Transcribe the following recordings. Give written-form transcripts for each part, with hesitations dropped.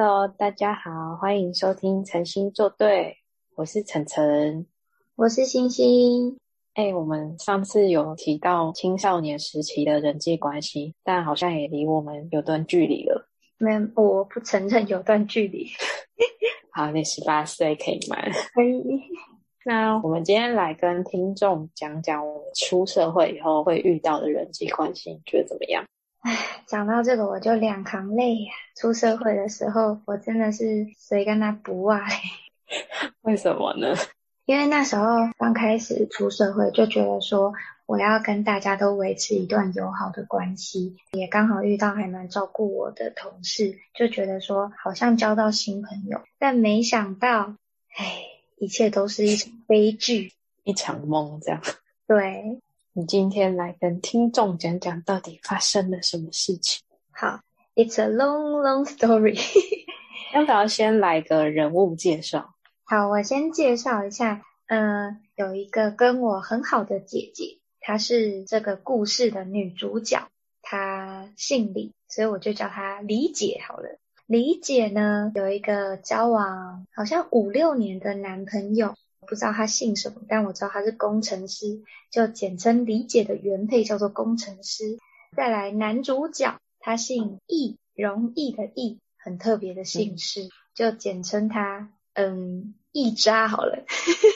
Hello，大家好，欢迎收听晨星作对，我是晨晨， 我是星星。 我们上次有提到青少年时期的人际关系，但好像也离我们有段距离了。 没有，我不承认有段距离。 好，你18岁可以吗？ 可以。 那我们今天来跟听众讲讲我们出社会以后会遇到的人际关系，你觉得怎么样？ 讲到这个我就两行泪呀。出社会的时候，我真的是谁跟他不啊为什么呢？ 因为那时候刚开始出社会，就觉得说我要跟大家都维持一段友好的关系，也刚好遇到还蛮照顾我的同事，就觉得说好像交到新朋友，但没想到，一切都是一场悲剧， 一场梦这样。 对。 你今天来跟听众讲讲到底发生了什么事情。 好 ，It's a long, long story 。 要不要先来个人物介绍？ 好，我先介绍一下，有一个跟我很好的姐姐，她是这个故事的女主角，她姓李，所以我就叫她李姐好了。李姐呢，有一个交往好像5、6年的男朋友，不知道他姓什么，但我知道他是工程师，就简称李姐的原配叫做工程师。再来男主角，他姓易，容易的易，很特别的姓氏，就简称他易渣好了。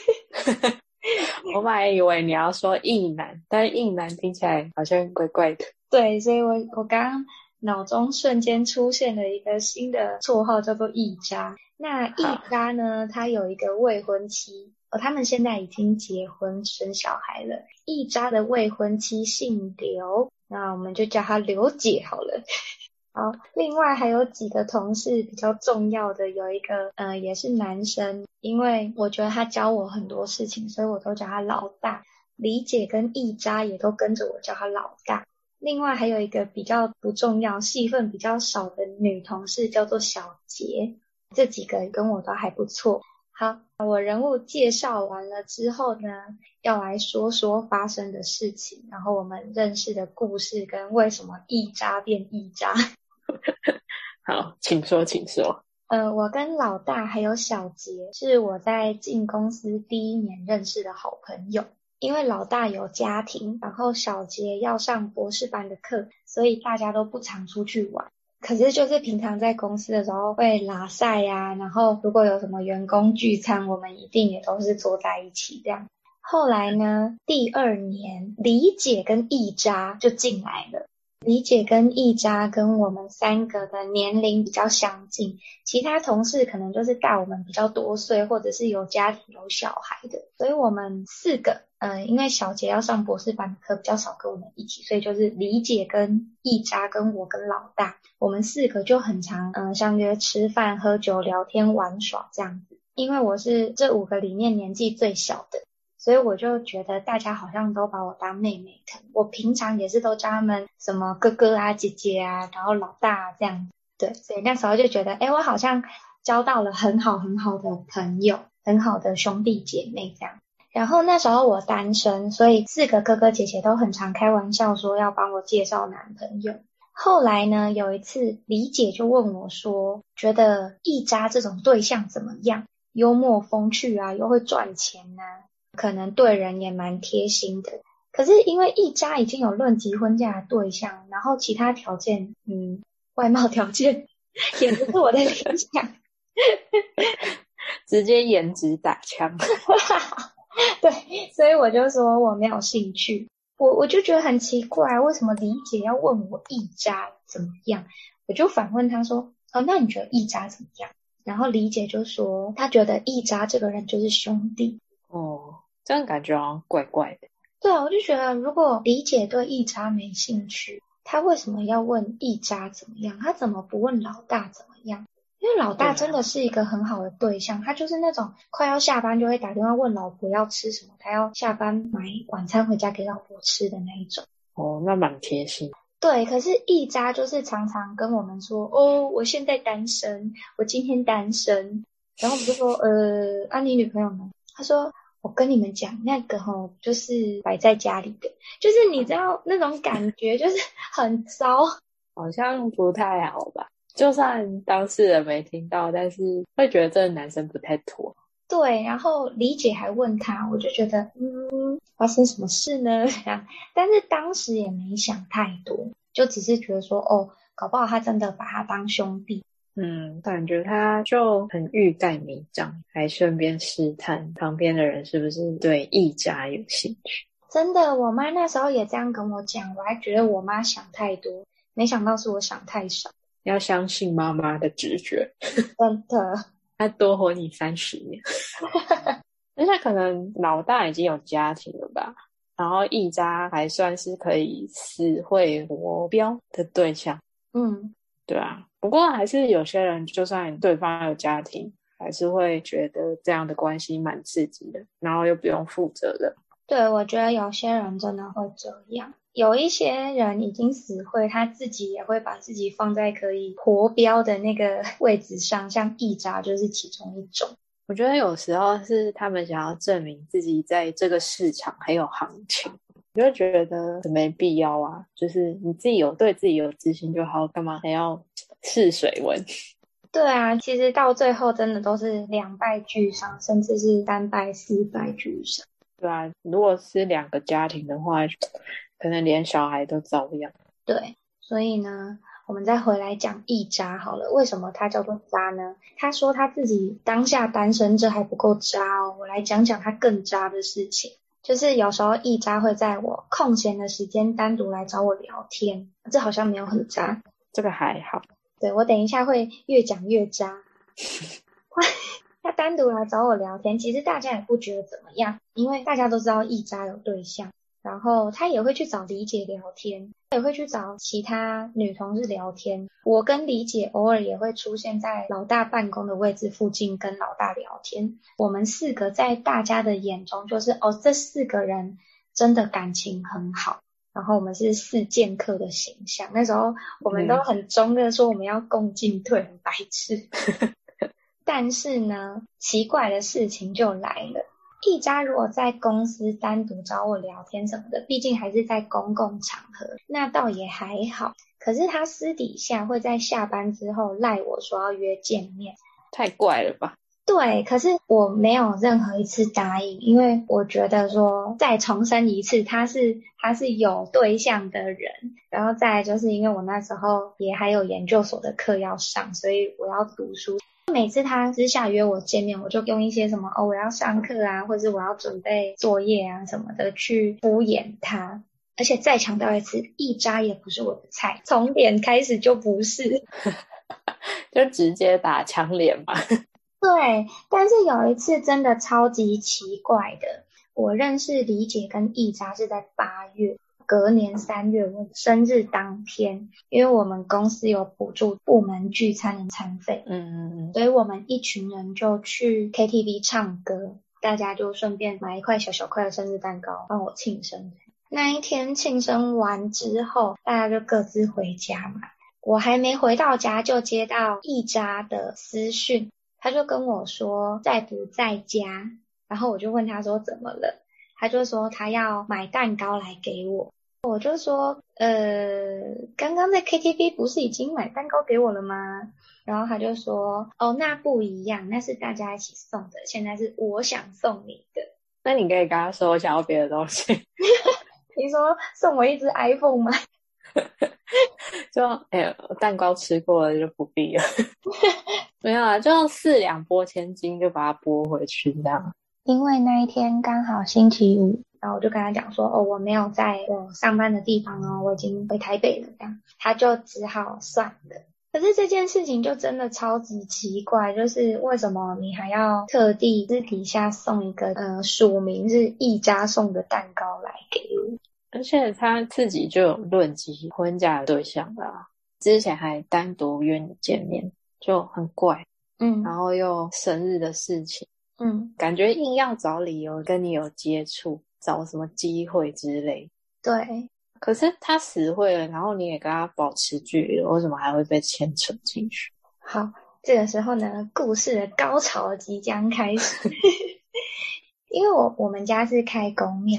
我本来以为你要说异男，但是异男听起来好像怪怪的。 对，所以我刚刚脑中瞬间出现了一个新的绰号，叫做易渣。那易渣呢，他有一个未婚妻，他们现在已经结婚生小孩了。易渣的未婚妻姓刘，那我们就叫她刘姐好了。好，另外还有几个同事比较重要的，有一个也是男生，因为我觉得他教我很多事情，所以我都叫他老大。李姐跟易渣也都跟着我叫他老大。另外还有一个比较不重要、戏份比较少的女同事叫做小杰，这几个跟我都还不错。好，我人物介绍完了之后呢，要来说说发生的事情，然后我们认识的故事跟为什么易渣变易渣。 好，请说，请说。 我跟老大还有小杰是我在进公司第1年认识的好朋友。因为老大有家庭，然后小杰要上博士班的课，所以大家都不常出去玩。可是就是平常在公司的时候会拉赛呀，然后如果有什么员工聚餐，我们一定也都是坐在一起这样。后来呢，第2年，李姐跟易渣就进来了。李姐跟易渣跟我们3个的年龄比较相近，其他同事可能就是大我们比较多岁，或者是有家庭有小孩的，所以我们4个，因为小杰要上博士班的课比较少跟我们一起，所以就是李姐跟易渣跟我跟老大，我们4个就很常相约吃饭、喝酒、聊天、玩耍这样子。因为我是这5个里面年纪最小的，所以我就觉得大家好像都把我当妹妹疼，我平常也是都叫他们什么哥哥啊、姐姐啊，然后老大啊这样子。对，所以那时候就觉得，我好像交到了很好很好的朋友，很好的兄弟姐妹这样。然后那时候我单身，所以4个哥哥姐姐都很常开玩笑说要帮我介绍男朋友。后来呢，有一次李姐就问我说，觉得易渣这种对象怎么样？幽默风趣啊，又会赚钱啊，可能对人也蛮贴心的。可是因为易渣已经有论及婚嫁的对象，然后其他条件，外貌条件也不是我的理想。 直接颜值打枪。 对，所以我就说我没有兴趣。我就觉得很奇怪，为什么李姐要问我易渣怎么样？我就反问她说，那你觉得易渣怎么样？然后李姐就说，她觉得易渣这个人就是兄弟。 这样感觉好像怪怪的。 对啊，我就觉得如果李姐对易渣没兴趣，她为什么要问易渣怎么样？她怎么不问老大怎么样？因为老大真的是一个很好的对象，他就是那种快要下班就会打电话问老婆要吃什么，他要下班买晚餐回家给老婆吃的那一种。 那蛮贴心。 对，可是易渣就是常常跟我们说，我现在单身，我今天单身。然后我们就说，你女朋友呢？他说，我跟你们讲，那个就是摆在家里的，就是你知道那种感觉就是很糟， 好像不太好吧。 就算当事人没听到，但是会觉得这个男生不太妥。 对，然后李姐还问他，我就觉得发生什么事呢？这样，但是当时也没想太多，就只是觉得说搞不好他真的把他当兄弟。 感觉他就很欲盖弥彰，还顺便试探旁边的人是不是对易家有兴趣。 真的，我妈那时候也这样跟我讲，我还觉得我妈想太多，没想到是我想太少。 要相信妈妈的直觉， 真的。 她多活你30年。而且可能老大已经有家庭了吧，然后易家还算是可以死会活标的对象。对啊，不过还是有些人就算对方有家庭，还是会觉得这样的关系蛮刺激的，然后又不用负责任。 对，我觉得有些人真的会这样，有一些人已经死会，他自己也会把自己放在可以活标的那个位置上，像易渣就是其中一种。 我觉得有时候是他们想要证明自己在这个市场还有行情，你就会觉得没必要啊，就是你自己对自己有自信就好，干嘛还要试水温？ 对啊，其实到最后真的都是两败俱伤，甚至是3败4败俱伤。 对啊，如果是2个家庭的话，可能连小孩都遭殃。 对，所以呢，我们再回来讲易渣好了。为什么他叫做渣呢？他说他自己当下单身，这还不够渣哦。我来讲讲他更渣的事情，就是有时候易渣会在我空闲的时间单独来找我聊天，这好像没有很渣。 这个还好。 对，我等一下会越讲越渣。他单独来找我聊天，其实大家也不觉得怎么样，因为大家都知道易渣有对象，然后他也会去找李姐聊天，也会去找其他女同事聊天。我跟李姐偶尔也会出现在老大办公的位置附近跟老大聊天。我们4个在大家的眼中就是这4个人真的感情很好，然后我们是4剑客的形象。那时候我们都很中的说我们要共进退，很白痴。但是呢，奇怪的事情就来了。易渣如果在公司单独找我聊天什么的，毕竟还是在公共场合，那倒也还好。可是他私底下会在下班之后赖我说要约见面， 太怪了吧？ 对，可是我没有任何一次答应，因为我觉得说再重申一次，他是有对象的人，然后再来就是因为我那时候也还有研究所的课要上，所以我要读书。每次他私下约我见面，我就用一些什么我要上课啊，或者我要准备作业啊什么的去敷衍他。而且再强调一次，易渣也不是我的菜，从脸开始就不是。 就直接打枪脸嘛。 对，但是有一次真的超级奇怪的，我认识李姐跟易渣是在8月，隔年3月我生日当天，因为我们公司有补助部门聚餐的餐费，所以我们一群人就去 KTV 唱歌，大家就顺便买一块小小块的生日蛋糕帮我庆生。那一天庆生完之后，大家就各自回家嘛，我还没回到家就接到易渣的私讯，他就跟我说在不在家，然后我就问他说怎么了，他就说他要买蛋糕来给我。我就说刚刚在 KTV 不是已经买蛋糕给我了吗？然后他就说那不一样，那是大家一起送的，现在是我想送你的。 那你可以跟他说我想要别的东西。 你说送我一只 iPhone 吗？ 就蛋糕吃过了就不必了。没有啊，就4两拨千斤就把它拨回去这样。 因为那一天刚好星期五，然后我就跟他讲说我没有在我上班的地方我已经回台北了这样，他就只好算了。可是这件事情就真的超级奇怪，就是为什么你还要特地私底下送一个署名是易渣送的蛋糕来给我？ 而且他自己就有论及婚嫁的对象啦，之前还单独约你见面，就很怪。然后又生日的事情，感觉硬要找理由跟你有接触，找什么机会之类。 对， 可是他死会了，然后你也跟他保持距离，为什么还会被牵扯进去？ 好，这个时候呢，故事的高潮即将开始。因为我们家是开公庙的，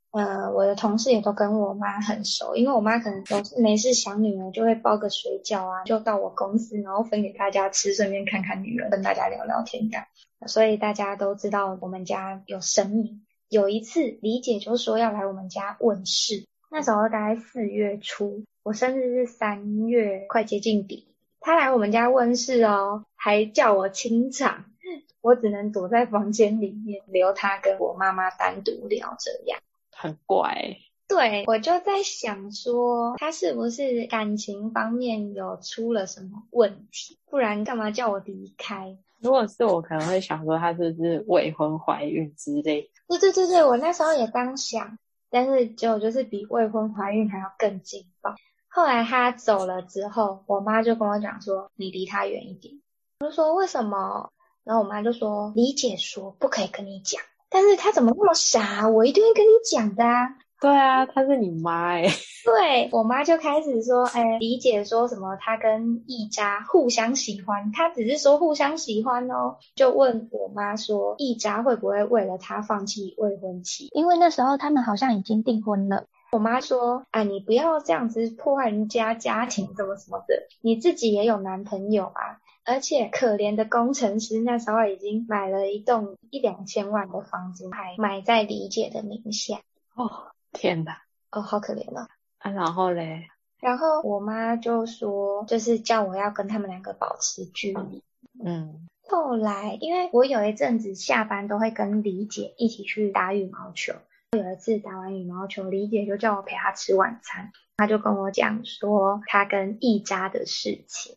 我的同事也都跟我妈很熟，因为我妈可能有事没事想女儿就会包个水饺啊，就到我公司，然后分给大家吃，顺便看看女儿，跟大家聊聊天这样。所以大家都知道我们家有神明。有一次李姐就说要来我们家问事，那时候大概4月初，我生日是3月快接近底，她来我们家问事哦，还叫我清场，我只能躲在房间里面留她跟我妈妈单独聊这样。 很怪欸。 对，我就在想说，他是不是感情方面有出了什么问题，不然干嘛叫我离开？ 如果是我，可能会想说她是不是未婚怀孕之类。 对对对对，我那时候也刚想，但是结果就是比未婚怀孕还要更劲爆。后来他走了之后，我妈就跟我讲说，你离他远一点。我就说为什么？然后我妈就说，李姐说不可以跟你讲，但是他怎么那么傻，我一定会跟你讲的啊。 对啊，她是你妈欸。 对，我妈就开始说，理解说什么她跟易渣互相喜欢，她只是说互相喜欢哦，就问我妈说，易渣会不会为了她放弃未婚妻？因为那时候他们好像已经订婚了。我妈说，你不要这样子破坏人家家庭什么什么的，你自己也有男朋友啊。而且可怜的工程师那时候已经买了一栋1-2千万的房子，还买在李姐的名下。 哦，天哪。 哦，好可怜哦。 然后嘞？ 然后我妈就说，就是叫我要跟他们2个保持距离。后来因为我有一阵子下班都会跟李姐一起去打羽毛球，有一次打完羽毛球，李姐就叫我陪她吃晚餐，她就跟我讲说她跟易渣的事情。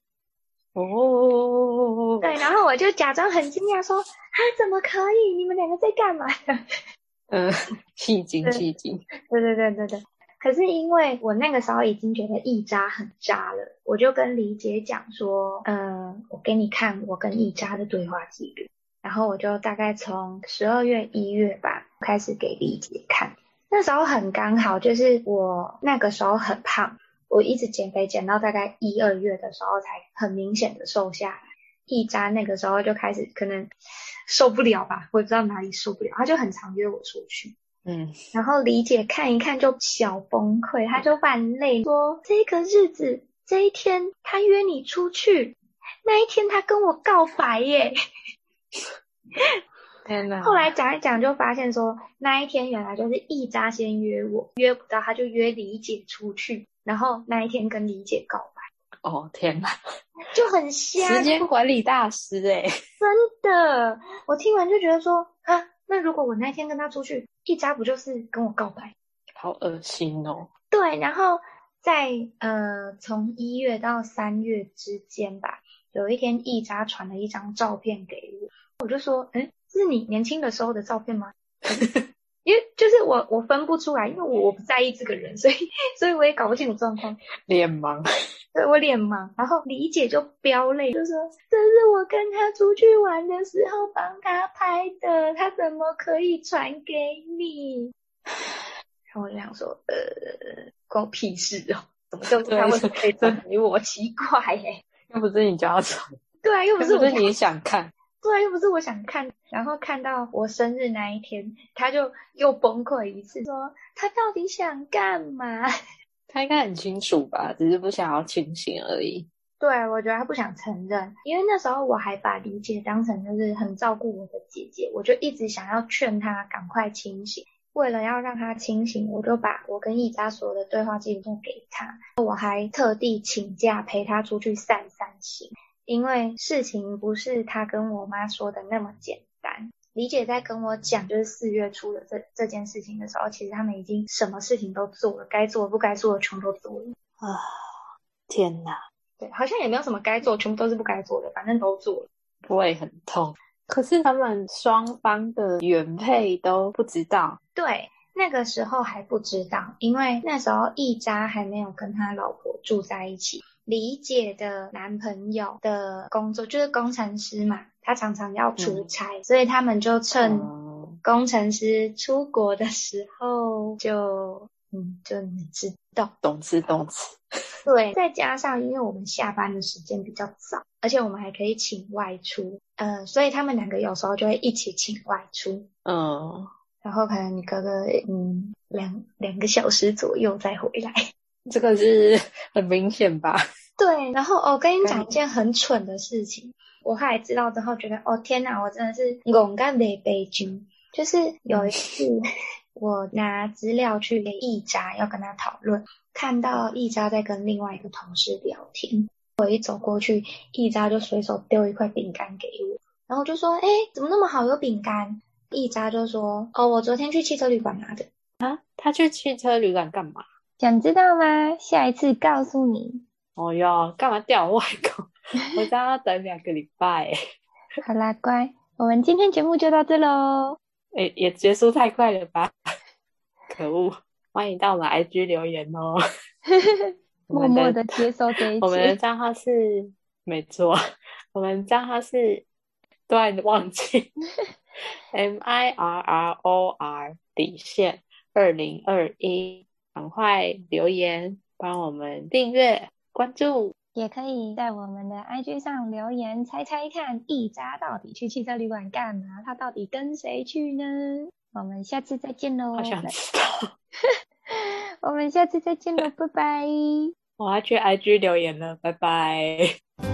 哦， 对，然后我就假装很惊讶说，怎么可以？你们2个在干嘛？ 戏精。 对对对对对。可是因为我那个时候已经觉得易渣很渣了，我就跟李姐讲说，我给你看我跟易渣的对话记录，然后我就大概从12月1月吧开始给李姐看。那时候很刚好，就是我那个时候很胖，我一直减肥减到大概1、2月的时候才很明显的瘦下来。易渣那个时候就开始可能受不了吧，我也不知道哪里受不了，他就很常约我出去。然后李姐看一看就小崩溃，她就泛泪说，这个日子这一天他约你出去，那一天他跟我告白耶。 天哪。 后来讲一讲就发现说，那一天原来就是易渣先约我，约不到他就约李姐出去，然后那一天跟李姐告白。 哦，天哪， 就很瞎， 时间管理大师欸。 真的，我听完就觉得说，那如果我那天跟他出去，易渣不就是跟我告白？ 好恶心哦。 对，然后在从1月到3月之间吧，有一天易渣传了一张照片给我，我就说，这是你年轻的时候的照片吗？因为就是我分不出来，因为我不在意这个人，所以我也搞不清楚状况。 脸盲。 对，我脸盲。然后李姐就飙泪，就说这是我跟他出去玩的时候帮他拍的，他怎么可以传给你？然后我就想说，关我屁事哦，怎么就他为什么可以传给我？奇怪耶， 又不是你叫他传。 对啊，又不是我你想看。 对啊，又不是我想看。然后看到我生日那一天，他就又崩溃一次，说他到底想干嘛？ 他应该很清楚吧，只是不想要清醒而已。 对，我觉得他不想承认，因为那时候我还把李姐当成就是很照顾我的姐姐，我就一直想要劝她赶快清醒。为了要让她清醒，我就把我跟易渣所有的对话记录都给她，我还特地请假陪她出去散散心，因为事情不是她跟我妈说的那么简单。李姐在跟我讲就是4月初的这件事情的时候，其实他们已经什么事情都做了，该做的不该做的全都做了。 天哪。 对，好像也没有什么该做，全部都是不该做的，反正都做了。 不会很痛。可是他们双方的原配都不知道。 对，那个时候还不知道，因为那时候易渣还没有跟他老婆住在一起。李姐的男朋友的工作就是工程师嘛，他常常要出差，所以他们就趁工程师出国的时候就你知道， 懂吃。 对，再加上因为我们下班的时间比较早，而且我们还可以请外出，所以他们2个有时候就会一起请外出。 然后可能你隔个两个小时左右再回来。 这个是很明显吧？ 对，然后我跟你讲一件很蠢的事情，我后来知道之后觉得，哦天哪，我真的是戆干没悲剧。就是有一次我拿资料去给易渣要跟他讨论，看到易渣在跟另外一个同事聊天，我一走过去，易渣就随手丢一块饼干给我，然后就说，诶，怎么那么好有饼干？易渣就说，哦，我昨天去汽车旅馆拿的。 他去汽车旅馆干嘛？ 想知道吗？下一次告诉你。 哦哟，干嘛吊我外公？我这样要等2个礼拜。 好啦，乖，我们今天节目就到这咯。 也结束太快了吧？可恶！欢迎到我们 IG 留言哦。 默默的接受这一切。 我们的账号是，没错，我们账号是突然忘记MIRROR_2021，赶快留言帮我们订阅关注， 也可以在我们的 IG 上留言，猜猜看易渣到底去汽车旅馆干嘛？他到底跟谁去呢？我们下次再见咯。 好想知道。 我们下次再见咯，拜拜。 我要去 IG 留言了，拜拜。